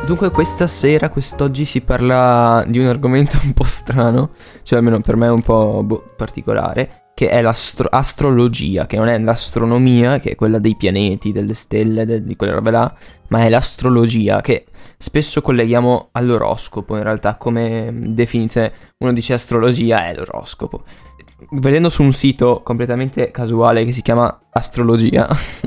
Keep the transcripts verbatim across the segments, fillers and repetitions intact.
Dunque questa sera, quest'oggi si parla di un argomento un po' strano, cioè almeno per me è un po' boh, particolare, che è l'astrologia, che non è l'astronomia, che è quella dei pianeti, delle stelle, de- di quelle robe là, ma è l'astrologia, che spesso colleghiamo all'oroscopo. In realtà, come definizione, uno dice astrologia è l'oroscopo. Vedendo su un sito completamente casuale che si chiama Astrologia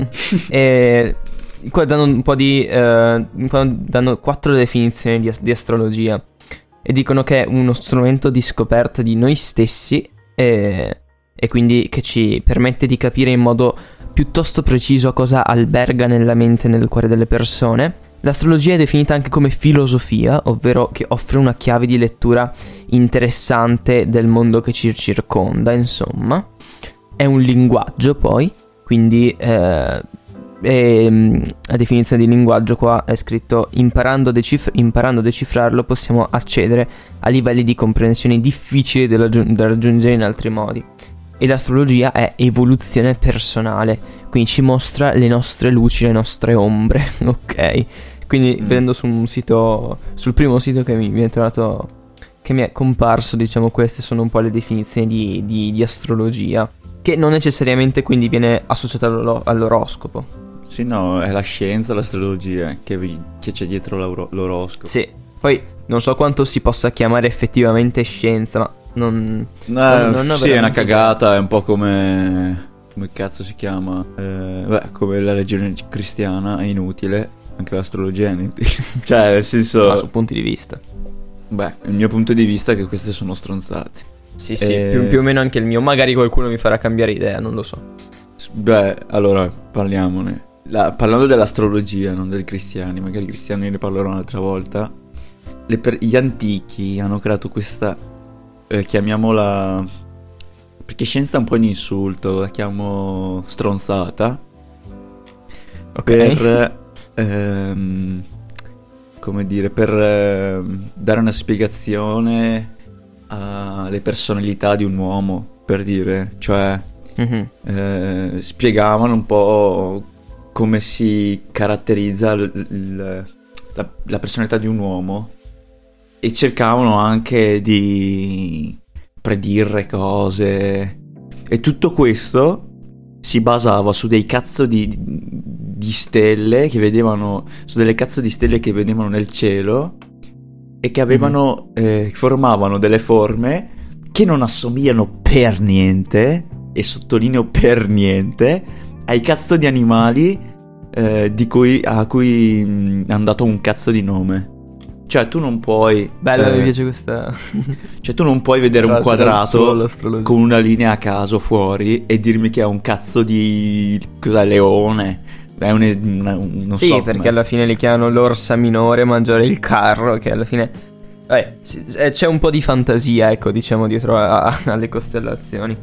e qua danno un po' di eh, danno quattro definizioni di, di astrologia e dicono che è uno strumento di scoperta di noi stessi e, e quindi che ci permette di capire in modo piuttosto preciso cosa alberga nella mente e nel cuore delle persone. L'astrologia è definita anche come filosofia, ovvero che offre una chiave di lettura interessante del mondo che ci circonda, insomma. È un linguaggio, poi, quindi eh, è, la definizione di linguaggio qua è scritto imparando a, decif- imparando a decifrarlo possiamo accedere a livelli di comprensione difficili da, raggiung- da raggiungere in altri modi. E l'astrologia è evoluzione personale, quindi ci mostra le nostre luci, le nostre ombre, ok? Quindi mm. vedendo su un sito, sul primo sito che mi, mi è trovato, che mi è comparso, diciamo, queste sono un po' le definizioni di, di, di astrologia, che non necessariamente quindi viene associata all'oro- all'oroscopo. Sì, no, è la scienza, l'astrologia, che, vi, che c'è dietro l'oro- l'oroscopo. Sì, poi non so quanto si possa chiamare effettivamente scienza, ma non... Eh, non, non sì, è una cagata, è un po' come... come cazzo si chiama? Eh, beh, come la religione cristiana, è inutile. Anche l'astrologia è inutile. Cioè, nel senso... Ah, su punti di vista. Beh, il mio punto di vista è che queste sono stronzate. Sì, sì, e... più, più o meno anche il mio. Magari qualcuno mi farà cambiare idea, non lo so. Beh, allora, parliamone. La, parlando dell'astrologia, non dei cristiani, magari i cristiani ne parlerò un'altra volta. Le per, gli antichi hanno creato questa, eh, chiamiamola, perché scienza è un po' un insulto, la chiamo stronzata. Ok. Per, ehm, come dire, per ehm, dare una spiegazione alle personalità di un uomo, per dire, cioè mm-hmm. eh, spiegavano un po' come si caratterizza l- l- la, la personalità di un uomo e cercavano anche di predire cose, e tutto questo si basava su dei cazzo di, di stelle che vedevano, su delle cazzo di stelle che vedevano nel cielo e che avevano, mm-hmm. eh, formavano delle forme che non assomigliano per niente, e sottolineo per niente, ai cazzo di animali eh, di cui, a cui mh, hanno dato un cazzo di nome. Cioè tu non puoi... Bella, eh, mi piace questa... Cioè tu non puoi vedere un quadrato con una linea a caso fuori e dirmi che è un cazzo di... cos'è, leone? È un... una, un non sì, so perché com'è. alla fine li chiamano l'orsa minore mangiare il carro, che alla fine... Vabbè, c'è un po' di fantasia, ecco, diciamo, dietro a, a, alle costellazioni.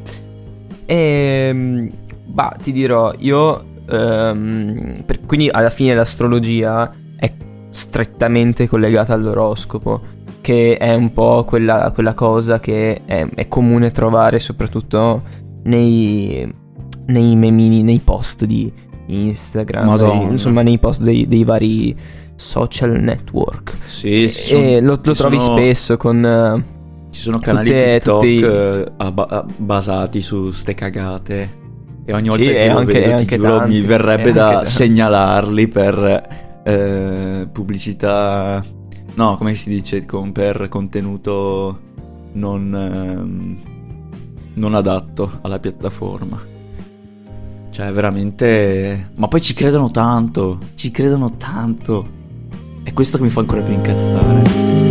E... bah, ti dirò, io... Um, per, quindi alla fine l'astrologia è strettamente collegata all'oroscopo, che è un po' quella, quella cosa che è, è comune trovare soprattutto nei, nei memini, nei post di Instagram, dei, insomma nei post dei, dei vari social network. Sì, sì, e sono, lo, lo trovi sono, spesso con ci sono canali tutte, TikTok tutti... ab- basati su ste cagate, e ogni volta sì, che lo anche, vedo ti giuro tanti, mi verrebbe da tanti. segnalarli per eh, pubblicità, no, come si dice, con, per contenuto non ehm, non adatto alla piattaforma. Cioè veramente, ma poi ci credono tanto, ci credono tanto, è questo che mi fa ancora più incazzare.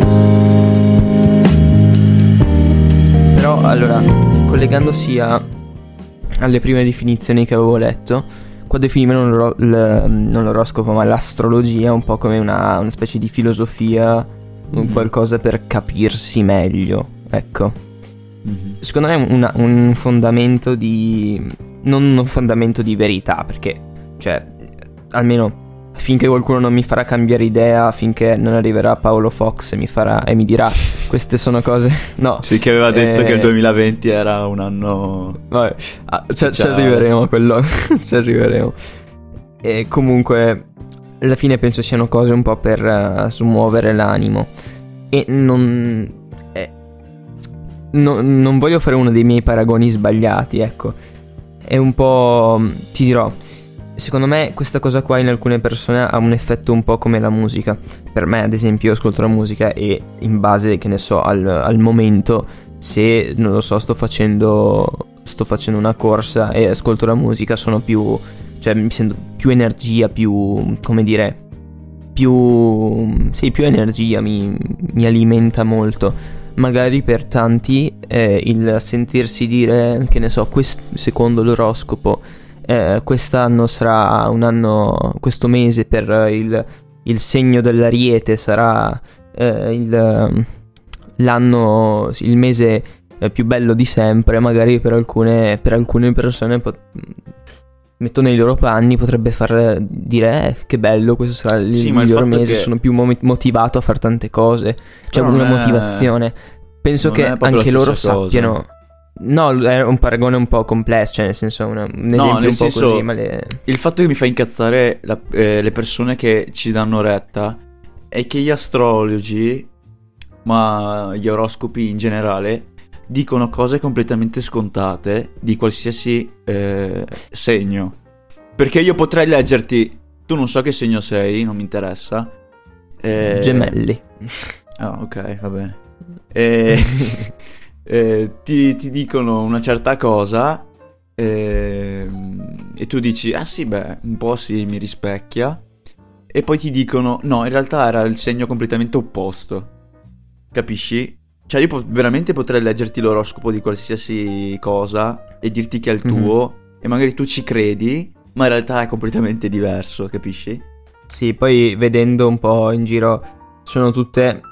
Però allora, collegandosi a, alle prime definizioni che avevo letto, qua definivano l'oro- l- non l'oroscopo ma l'astrologia un po' come una, una specie di filosofia, mm-hmm. un qualcosa per capirsi meglio, ecco. Mm-hmm. Secondo me è una, un fondamento di... non un fondamento di verità, perché, cioè, almeno finché qualcuno non mi farà cambiare idea, finché non arriverà Paolo Fox e mi farà e mi dirà queste sono cose, no. Sì, che aveva detto eh... che il duemilaventi era un anno... Vabbè, ah, ci arriveremo a quello, ci arriveremo. E comunque alla fine penso siano cose un po' per uh, smuovere l'animo. E non, eh, no, non voglio fare uno dei miei paragoni sbagliati, ecco. È un po', ti dirò, secondo me questa cosa qua in alcune persone ha un effetto un po' come la musica. Per me, ad esempio, io ascolto la musica e in base, che ne so, al, al momento, se, non lo so, sto facendo sto facendo una corsa e ascolto la musica, sono più, cioè mi sento più energia, più, come dire, più, sì, più energia, mi, mi alimenta molto. Magari per tanti eh, il sentirsi dire, che ne so, quest- secondo l'oroscopo, eh, quest'anno sarà un anno, questo mese per il, il segno dell'Ariete sarà eh, il, l'anno, il mese più bello di sempre, magari per alcune, per alcune persone pot- metto nei loro panni, potrebbe far dire eh, che bello, questo sarà il sì, miglior il mese, che... sono più mo- motivato a fare tante cose, c'è una è... motivazione. Penso che anche loro cosa. sappiano. No, è un paragone un po' complesso, cioè nel senso una, un esempio no, nel un po' senso, così, ma le... il fatto che mi fa incazzare la, eh, le persone che ci danno retta è che gli astrologi, ma gli oroscopi in generale, dicono cose completamente scontate di qualsiasi eh, segno. Perché io potrei leggerti, tu non so che segno sei, non mi interessa. Eh... Gemelli. Ah, oh, ok, va bene. E, eh, ti, ti dicono una certa cosa eh, e tu dici, ah sì, beh, un po' sì, mi rispecchia. E poi ti dicono, no, in realtà era il segno completamente opposto. Capisci? Cioè io po- veramente potrei leggerti l'oroscopo di qualsiasi cosa e dirti che è il tuo, mm-hmm. e magari tu ci credi, ma in realtà è completamente diverso, capisci? Sì, poi vedendo un po' in giro sono tutte,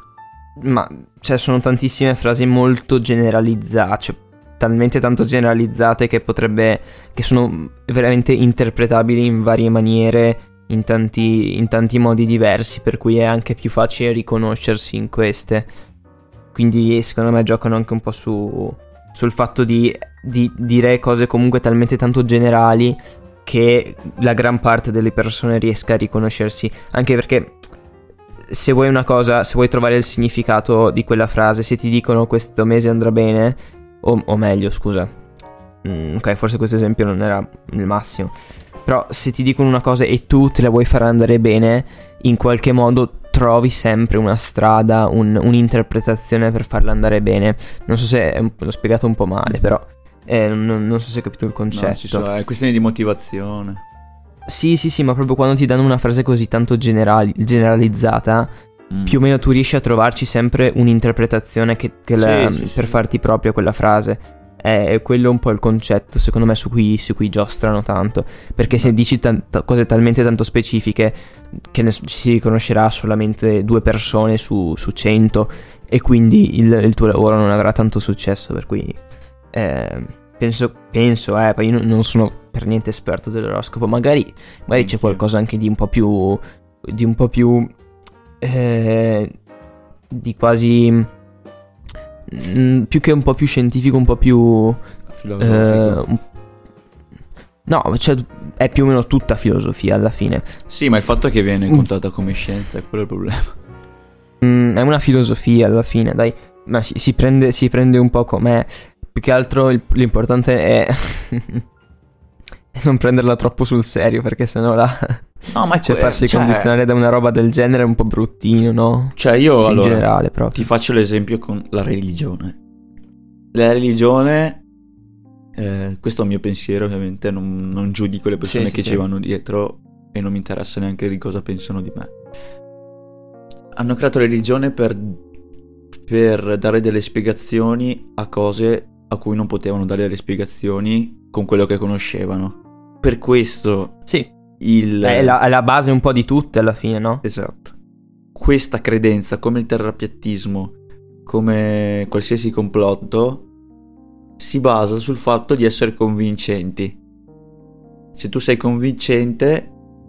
ma cioè sono tantissime frasi molto generalizzate, cioè talmente tanto generalizzate che potrebbe, che sono veramente interpretabili in varie maniere, in tanti, in tanti modi diversi, per cui è anche più facile riconoscersi in queste. Quindi secondo me giocano anche un po' su sul fatto di, di dire cose comunque talmente tanto generali che la gran parte delle persone riesca a riconoscersi. Anche perché se vuoi una cosa, se vuoi trovare il significato di quella frase, se ti dicono questo mese andrà bene, o, o meglio, scusa, mm, ok, forse questo esempio non era il massimo, però se ti dicono una cosa e tu te la vuoi far andare bene, in qualche modo trovi sempre una strada, un, un'interpretazione per farla andare bene. Non so se è un, l'ho spiegato un po' male, però eh, non, non so se hai capito il concetto. No, ci so, è questione di motivazione. Sì, sì, sì, ma proprio quando ti danno una frase così tanto generali, generalizzata, mm. più o meno tu riesci a trovarci sempre un'interpretazione che, che sì, la, sì, per sì. farti propria quella frase. È quello un po' il concetto, secondo me, su cui, su cui giostrano tanto. Perché se dici tant- cose talmente tanto specifiche che ne ci si riconoscerà solamente due persone su, su cento, e quindi il, il tuo lavoro non avrà tanto successo. Per cui eh, penso, penso eh, poi io non sono per niente esperto dell'oroscopo. Magari, magari c'è qualcosa anche di un po' più di un po' più eh, di quasi Mm, più che un po' più scientifico, un po' più filosofico. Eh, no, cioè è più o meno tutta filosofia alla fine. Sì, ma il fatto è che viene contata come scienza è quello il problema. Mm, è una filosofia alla fine, dai. Ma si, si prende si prende un po' com'è. Più che altro il, l'importante è non prenderla troppo sul serio, perché sennò la no, ma cioè que- farsi cioè... condizionare da una roba del genere è un po' bruttino, no? Cioè io in allora, generale proprio. Ti faccio l'esempio con la religione. La religione, eh, questo è il mio pensiero, ovviamente non, non giudico le persone sì, che sì, ci sì. vanno dietro e non mi interessa neanche di cosa pensano di me. Hanno creato la religione per, per dare delle spiegazioni a cose a cui non potevano dare le spiegazioni con quello che conoscevano. Per questo sì. il... è, la, è la base un po' di tutte alla fine, no? Esatto. Questa credenza, come il terrapiattismo, come qualsiasi complotto, si basa sul fatto di essere convincenti. Se tu sei convincente,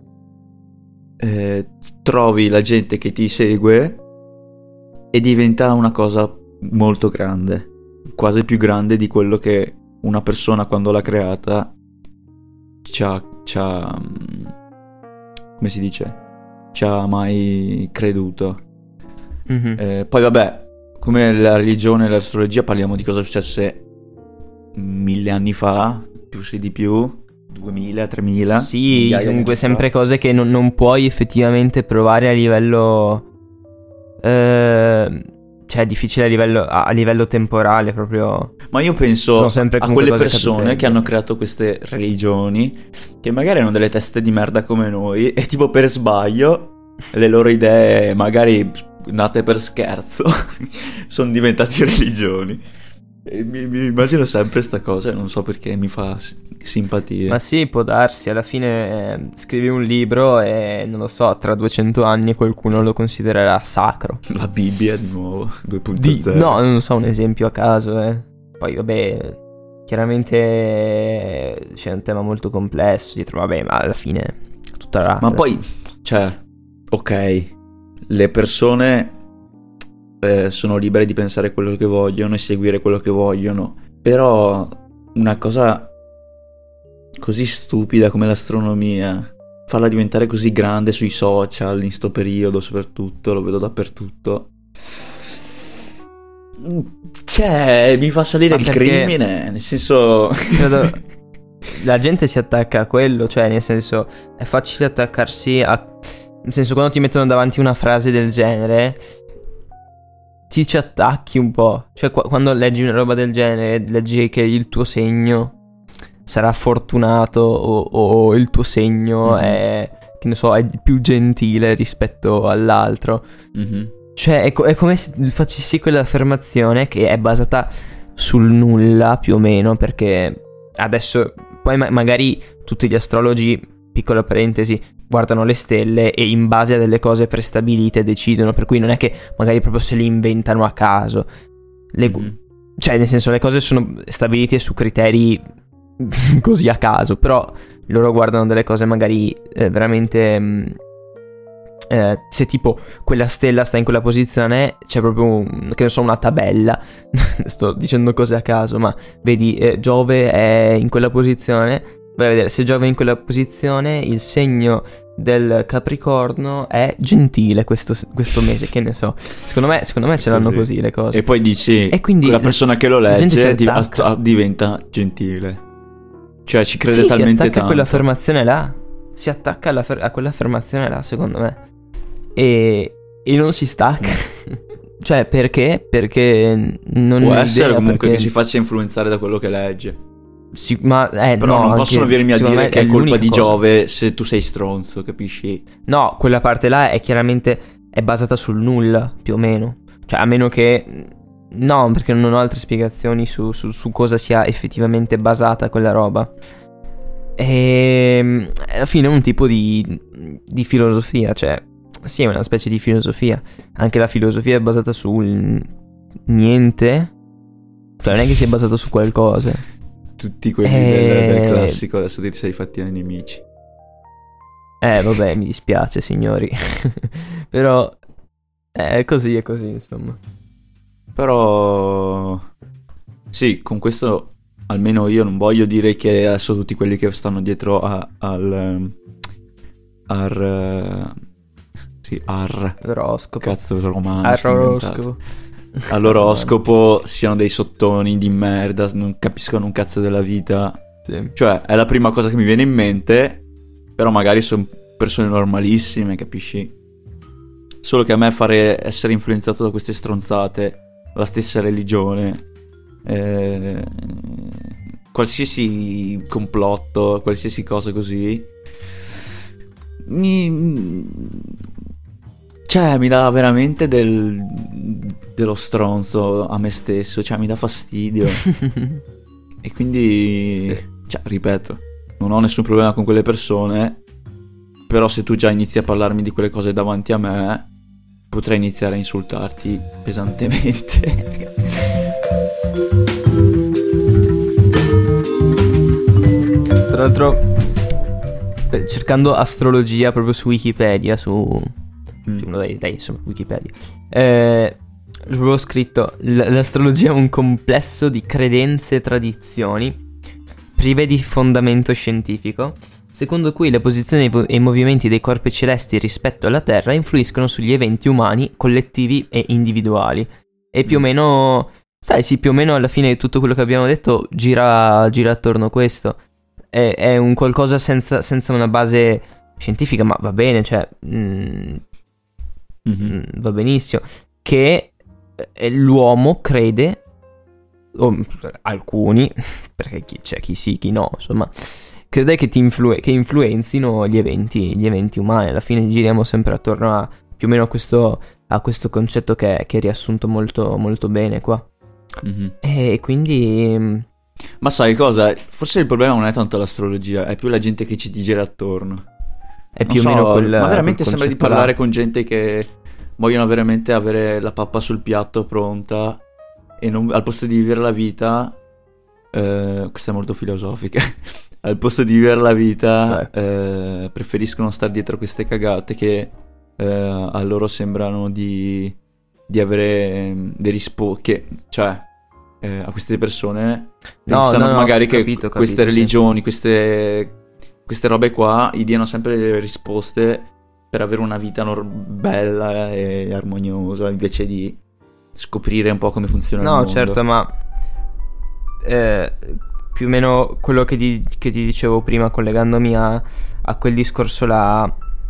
eh, trovi la gente che ti segue e diventa una cosa molto grande, quasi più grande di quello che una persona quando l'ha creata ci ha, ci ha, come si dice, ci ha mai creduto. Mhm. Eh, poi vabbè, come la religione e l'astrologia parliamo di cosa successe mille anni fa, più se di più, duemila, tremila. Sì, migliaia di comunque anni sempre fa. cose che non, non puoi effettivamente provare a livello... eh, cioè è difficile a livello, a, a livello temporale proprio. Ma io penso Sono sempre a comunque quelle cose persone cadute. che hanno creato queste religioni, che magari hanno delle teste di merda come noi, e tipo per sbaglio le loro idee, magari nate per scherzo, sono diventate religioni. E mi, mi immagino sempre sta cosa e non so perché mi fa s- simpatia. Ma sì, può darsi, alla fine eh, scrivi un libro e non lo so, tra duecento anni qualcuno lo considererà sacro. La Bibbia di nuovo, due punto Di, zero. no, non so, un esempio a caso, eh. Poi vabbè, chiaramente eh, c'è un tema molto complesso dietro, vabbè, ma alla fine tutta la... Ma poi, cioè, ok, le persone eh, sono libere di pensare quello che vogliono e seguire quello che vogliono, però una cosa così stupida come l'astronomia, farla diventare così grande sui social in sto periodo soprattutto, lo vedo dappertutto. Cioè, mi fa salire Ma il perché- crimine, nel senso... Credo la gente si attacca a quello, cioè nel senso è facile attaccarsi a... Nel senso quando ti mettono davanti una frase del genere ti ci attacchi un po'. Cioè qua- quando leggi una roba del genere, leggi che il tuo segno sarà fortunato o, o il tuo segno Mhm. è, che ne so, è più gentile rispetto all'altro. Mhm. Cioè è, co- è come se facessi quell'affermazione che è basata sul nulla più o meno, perché adesso poi ma- magari tutti gli astrologi, piccola parentesi, guardano le stelle e in base a delle cose prestabilite decidono, per cui non è che magari proprio se li inventano a caso. Le- Mhm. Cioè nel senso le cose sono stabilite su criteri così a caso, però loro guardano delle cose magari eh, veramente... mh, eh, se tipo quella stella sta in quella posizione, c'è proprio un, che ne so, una tabella. Sto dicendo cose a caso, ma vedi, eh, Giove è in quella posizione. Vai a vedere, se Giove è in quella posizione, il segno del Capricorno è gentile questo, questo mese, che ne so. Secondo me, secondo me ce l'hanno Così. così le cose. E poi dici, E quindi quella persona che lo la gente si legge di- attacca. att- diventa gentile. Cioè ci crede Sì, si talmente attacca a tanto. quell'affermazione là. Si attacca alla fer- a quell'affermazione là, secondo me. E, e non si stacca. Cioè, perché? Perché non Può ho essere idea, comunque perché che si faccia influenzare da quello che legge. si- ma eh, Però no, non anche- possono venirmi a secondo dire me che è colpa l'unica di cosa. Giove se tu sei stronzo, capisci? No, quella parte là è chiaramente è basata sul nulla, più o meno. Cioè, a meno che no, perché non ho altre spiegazioni su, su, su cosa sia effettivamente basata quella roba. E alla fine è un tipo di, di filosofia, cioè sì, è una specie di filosofia. Anche la filosofia è basata sul niente. Cioè non è che sia basata su qualcosa. Tutti quelli Eh. del, del classico adesso ti sei fatti ai nemici. Eh vabbè, mi dispiace signori. Però è così, è così insomma. Però sì, con questo almeno io non voglio dire che adesso tutti quelli che stanno dietro a, al ehm, ar sì, ar L'oroscopo. cazzo romano Ah, sono diventato. l'oroscopo. All'oroscopo siano dei sottoni di merda, non capiscono un cazzo della vita. Sì. Cioè, è la prima cosa che mi viene in mente, però magari sono persone normalissime, capisci? Solo che a me fare essere influenzato da queste stronzate, la stessa religione, eh, qualsiasi complotto, qualsiasi cosa così, mi... cioè, mi dà veramente del... dello stronzo a me stesso, cioè mi dà fastidio. E quindi, Sì. cioè, ripeto, non ho nessun problema con quelle persone, però se tu già inizi a parlarmi di quelle cose davanti a me, potrei iniziare a insultarti pesantemente. Tra l'altro, eh, cercando astrologia proprio su Wikipedia, su... Mm. Uno dai, dai, insomma, Wikipedia. Eh, avevo scritto: "L- l'astrologia è un complesso di credenze e tradizioni prive di fondamento scientifico secondo cui le posizioni e i movimenti dei corpi celesti rispetto alla Terra influiscono sugli eventi umani, collettivi e individuali. E più o meno, sai, sì, più o meno alla fine tutto quello che abbiamo detto gira, gira attorno a questo. È, è un qualcosa senza, senza una base scientifica, ma va bene, cioè, mm, mm-hmm. va benissimo. Che l'uomo crede, o alcuni, perché chi, c'è chi sì, chi no, insomma, crede che ti influ- che influenzino gli eventi, gli eventi umani. Alla fine giriamo sempre attorno a più o meno a questo, a questo concetto che, che è riassunto molto, molto bene qua. Mm-hmm. E quindi... Ma sai cosa? Forse il problema non è tanto l'astrologia, è più la gente che ci ti gira attorno. È più non o so, meno quel... Ma veramente quel sembra di parlare là. Con gente che vogliono veramente avere la pappa sul piatto pronta e non, al posto di vivere la vita... Eh, questa è molto filosofica. Al posto di vivere la vita eh, preferiscono stare dietro queste cagate che eh, a loro sembrano di, di avere dei risposte, cioè eh, a queste persone no, pensano no, no, magari che capito, capito, queste religioni, sì. queste, queste robe qua gli diano sempre delle risposte per avere una vita nor- bella e armoniosa, invece di scoprire un po' come funziona no, il mondo. No, certo, ma eh, più o meno quello che ti, che ti dicevo prima, collegandomi a, a quel discorso là,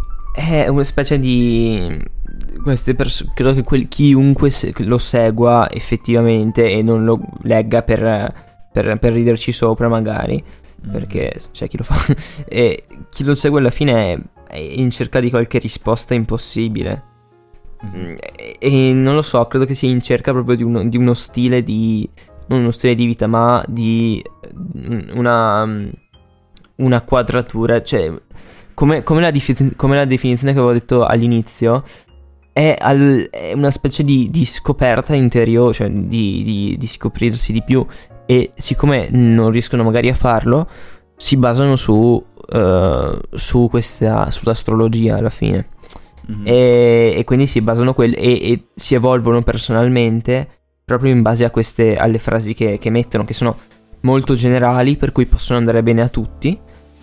è una specie di queste persone, credo che quel, chiunque se, lo segua effettivamente e non lo legga per, per, per riderci sopra magari, mm. perché c'è chi lo fa e chi lo segue alla fine è, è in cerca di qualche risposta impossibile, mm. e, e non lo so, credo che sia in cerca proprio di uno, di uno stile di non uno stile di vita, ma di una, una quadratura, cioè come, come, la defi- come la definizione che avevo detto all'inizio è, al, è una specie di, di scoperta interiore, cioè di, di, di scoprirsi di più, e siccome non riescono magari a farlo si basano su, uh, su questa, sull'astrologia alla fine, mm-hmm. e, e quindi si basano quel, e, e si evolvono personalmente proprio in base a queste, alle frasi che, che mettono, che sono molto generali, per cui possono andare bene a tutti,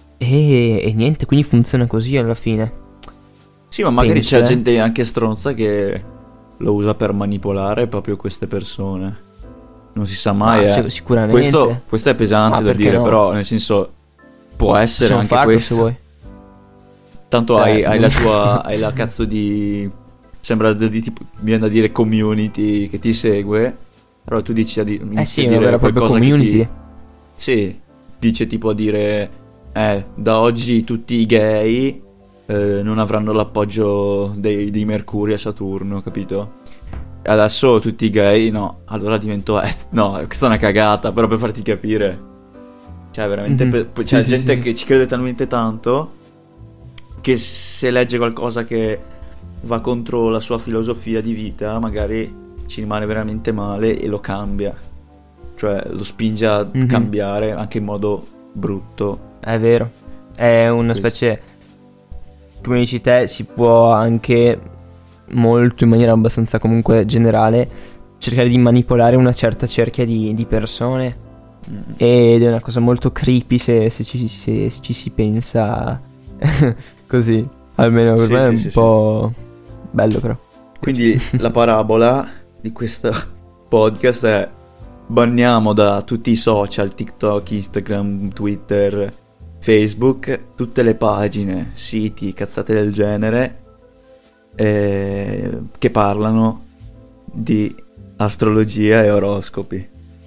e, e niente, quindi funziona così alla fine. Sì, ma magari Penso, c'è eh. gente anche stronza che lo usa per manipolare proprio queste persone, non si sa mai, ma, eh. sicuramente questo, questo è pesante ma da dire, no? Però nel senso può essere anche questo, se vuoi. Tanto eh, hai, hai la tua hai la cazzo di sembra di, di tipo, viene da dire community che ti segue, però tu dici a di, eh sì, a dire una proprio community. Ti, sì, dice tipo a dire eh, da oggi tutti i gay eh, non avranno l'appoggio dei, dei Mercuri a Saturno, capito? E adesso tutti i gay, no, allora divento eh, no, questa è una cagata, però per farti capire, cioè veramente mm-hmm. per, c'è sì, gente sì, che sì. ci crede talmente tanto che se legge qualcosa che va contro la sua filosofia di vita magari ci rimane veramente male e lo cambia, cioè lo spinge a mm-hmm. cambiare anche in modo brutto. È vero, è una Questo. specie, come dici te, si può anche molto in maniera abbastanza comunque generale cercare di manipolare una certa cerchia di, di persone, mm. ed è una cosa molto creepy se, se, ci, se, se ci si pensa così, almeno per sì, me sì, è un sì, po' sì. bello, però. Quindi la parabola di questo podcast è: banniamo da tutti i social, TikTok, Instagram, Twitter, Facebook, tutte le pagine, siti, cazzate del genere eh, che parlano di astrologia e oroscopi.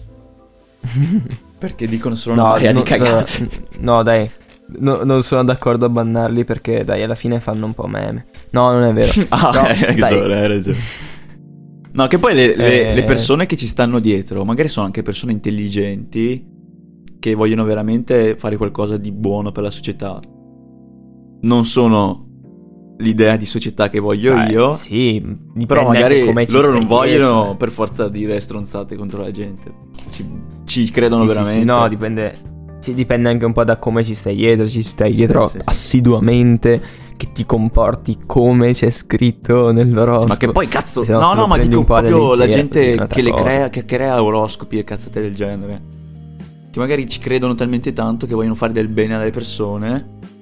Perché dicono solo una marea no, di cagate. No, dai, no, non sono d'accordo a bannarli, perché dai, alla fine fanno un po' meme. No, non è vero. ah, no, hai ragione, hai ragione. No, che poi le, le, eh... le persone che ci stanno dietro magari sono anche persone intelligenti che vogliono veramente fare qualcosa di buono per la società. Non sono l'idea di società che voglio Beh, io. Sì, però magari come loro non vogliono dietro. per forza dire stronzate contro la gente. Ci, ci credono sì, veramente. Sì, sì, no, dipende. Sì, dipende anche un po' da come ci stai dietro. Ci stai dietro sì, sì. assiduamente, che ti comporti come c'è scritto nell'oroscopo. Ma che poi cazzo, no, no, no, ma dico proprio la gente così, che le cosa. crea, che crea oroscopi e cazzate del genere, che magari ci credono talmente tanto che vogliono fare del bene alle persone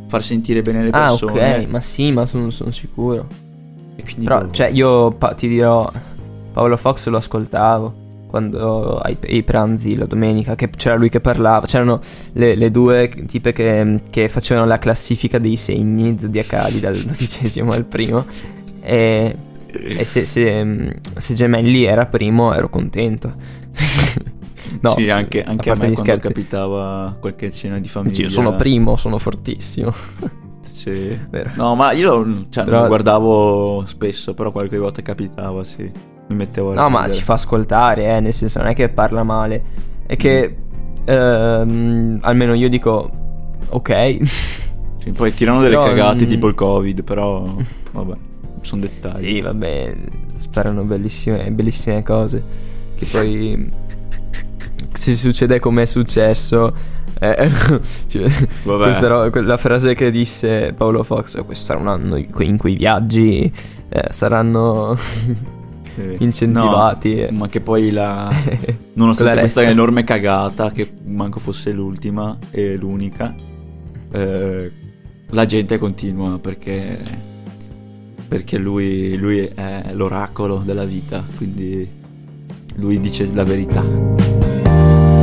far sentire bene le Ah, persone. ok, ma sì, ma sono son sicuro. E quindi Però, boh. cioè, io pa- ti dirò, Paolo Fox lo ascoltavo quando ai, ai pranzi la domenica, che c'era lui che parlava. C'erano le, le due tipe che, che facevano la classifica dei segni zodiacali dal dodicesimo al primo. E, e se, se, se Gemelli era primo ero contento. No, sì, anche, anche a, a parte me gli quando scherzi, capitava qualche cena di famiglia. io sono primo, sono fortissimo. Sì. Vero. No, ma io lo, cioè, Però- non lo guardavo spesso, però qualche volta capitava, sì. Mi mettevo a No, ma ridere. si fa ascoltare, eh, nel senso non è che parla male. È che ehm, almeno io dico ok. Sì, poi tirano delle Però, cagate mm, tipo il Covid, però vabbè, sono dettagli. Sì, vabbè, sparano bellissime, bellissime cose. Che poi se succede come è successo, eh, cioè, Vabbè. questa ro- que- la frase che disse Paolo Fox, questo sarà un anno in cui, in cui i viaggi eh, saranno Sì. incentivati. No, ma che poi la... Cosa nonostante questa resta? enorme cagata, che manco fosse l'ultima e l'unica, eh, la gente continua perché perché lui, lui è l'oracolo della vita, quindi lui dice la verità.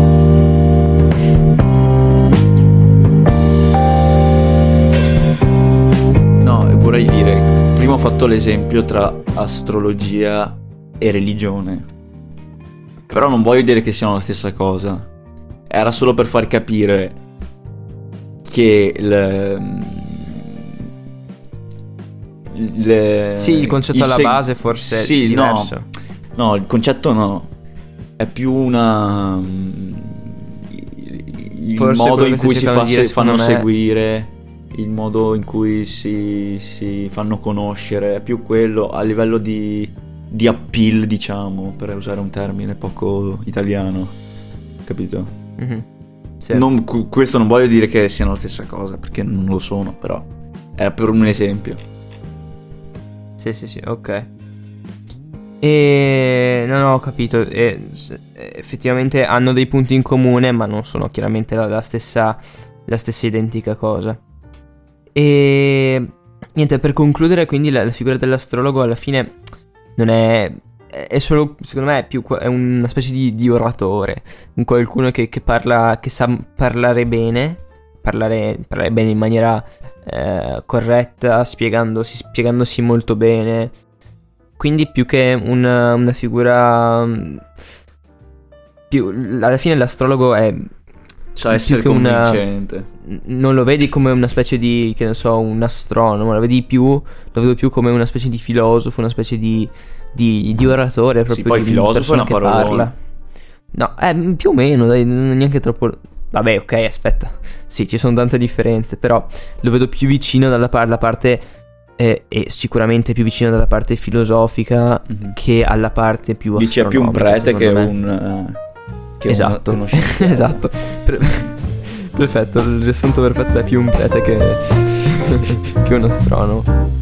No, e vorrei dire, prima ho fatto l'esempio tra astrologia e religione, però non voglio dire che siano la stessa cosa. Era solo per far capire che il, il- Sì, il concetto alla seg- base forse sì, è diverso. No, no, il concetto no. È più una... il Forse modo quello in che stai cui si cercando fa di dire, se- fanno secondo me- seguire, il modo in cui si, si fanno conoscere, è più quello a livello di, di appeal, diciamo, per usare un termine poco italiano, capito? Mhm. Sì. Non- cu- questo non voglio dire che siano la stessa cosa, perché non lo sono, però è per un esempio. Sì, sì, sì, ok. E non ho capito. E, s- effettivamente hanno dei punti in comune, ma non sono chiaramente la, la stessa, la stessa identica cosa. E niente, per concludere, quindi la, la figura dell'astrologo alla fine non è. È solo, secondo me, è più qua- è una specie di, di oratore. Un qualcuno che, che parla, che sa parlare bene, parlare, parlare bene in maniera eh, corretta, spiegandosi, spiegandosi molto bene. Quindi più che una, una figura mm, più, alla fine l'astrologo è Cioè più essere che una- convincente. n- non lo vedi come una specie di, che ne so, un astronomo, lo vedi più, lo vedo più come una specie di filosofo, una specie di, di, di oratore, proprio poi di filosofo è persona una che parolona. parla. No, eh, più o meno, dai, non neanche troppo. Vabbè, ok, aspetta. Sì, ci sono tante differenze, però lo vedo più vicino dalla par- la parte eh, e sicuramente più vicino dalla parte filosofica Mhm. che alla parte più Dici è più un astronomica, prete che secondo me. un... eh, che Esatto, uno, che uno scienziato. esatto. Per- perfetto, il riassunto perfetto è più un prete che, che un astronomo.